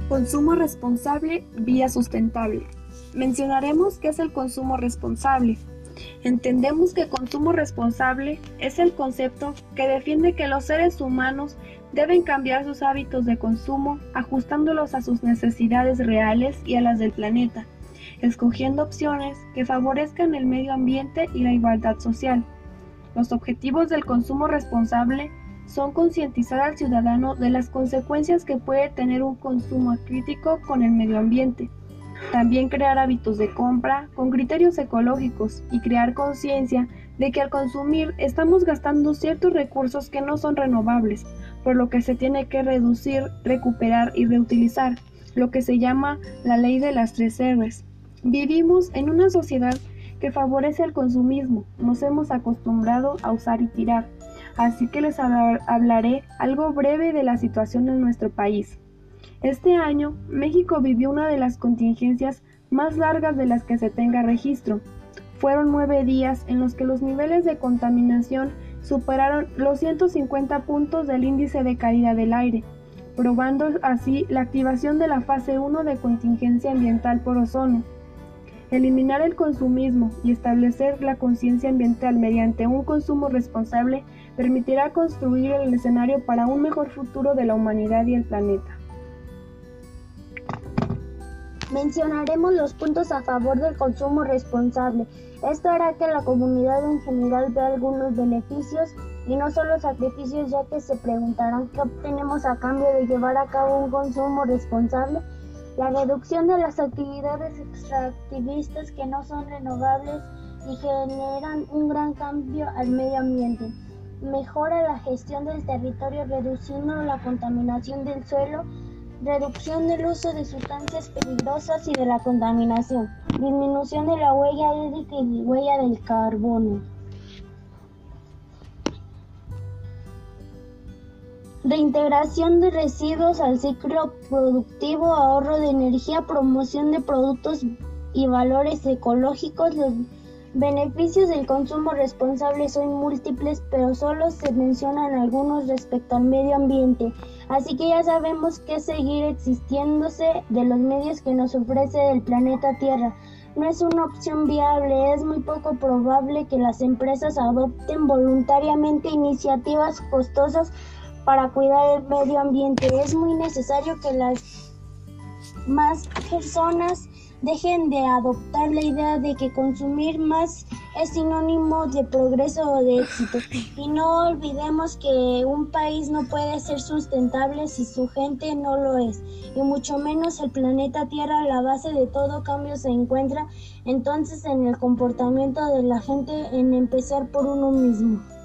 Consumo responsable, vida sustentable. Mencionaremos qué es el consumo responsable. Entendemos que consumo responsable es el concepto que defiende que los seres humanos deben cambiar sus hábitos de consumo ajustándolos a sus necesidades reales y a las del planeta, escogiendo opciones que favorezcan el medio ambiente y la igualdad social. Los objetivos del consumo responsable son concientizar al ciudadano de las consecuencias que puede tener un consumo crítico con el medio ambiente. También crear hábitos de compra con criterios ecológicos y crear conciencia de que al consumir estamos gastando ciertos recursos que no son renovables, por lo que se tiene que reducir, recuperar y reutilizar, lo que se llama la ley de las 3 R's. Vivimos en una sociedad que favorece el consumismo, nos hemos acostumbrado a usar y tirar, así que les hablaré algo breve de la situación en nuestro país. Este año, México vivió una de las contingencias más largas de las que se tenga registro. Fueron 9 días en los que los niveles de contaminación superaron los 150 puntos del índice de calidad del aire, probando así la activación de la fase 1 de contingencia ambiental por ozono. Eliminar el consumismo y establecer la conciencia ambiental mediante un consumo responsable permitirá construir el escenario para un mejor futuro de la humanidad y el planeta. Mencionaremos los puntos a favor del consumo responsable. Esto hará que la comunidad en general vea algunos beneficios y no solo sacrificios, ya que se preguntarán qué obtenemos a cambio de llevar a cabo un consumo responsable. La reducción de las actividades extractivistas que no son renovables y generan un gran cambio al medio ambiente. Mejora la gestión del territorio reduciendo la contaminación del suelo, reducción del uso de sustancias peligrosas y de la contaminación, disminución de la huella hídrica y huella del carbono. Reintegración de residuos al ciclo productivo, ahorro de energía, promoción de productos y valores ecológicos. Los beneficios del consumo responsable son múltiples, pero solo se mencionan algunos respecto al medio ambiente. Así que ya sabemos que seguir existiéndose de los medios que nos ofrece el planeta Tierra. No es una opción viable, es muy poco probable que las empresas adopten voluntariamente iniciativas costosas para cuidar el medio ambiente. Es muy necesario que las más personas dejen de adoptar la idea de que consumir más es sinónimo de progreso o de éxito. Y no olvidemos que un país no puede ser sustentable si su gente no lo es, y mucho menos el planeta Tierra. La base de todo cambio se encuentra entonces en el comportamiento de la gente, en empezar por uno mismo.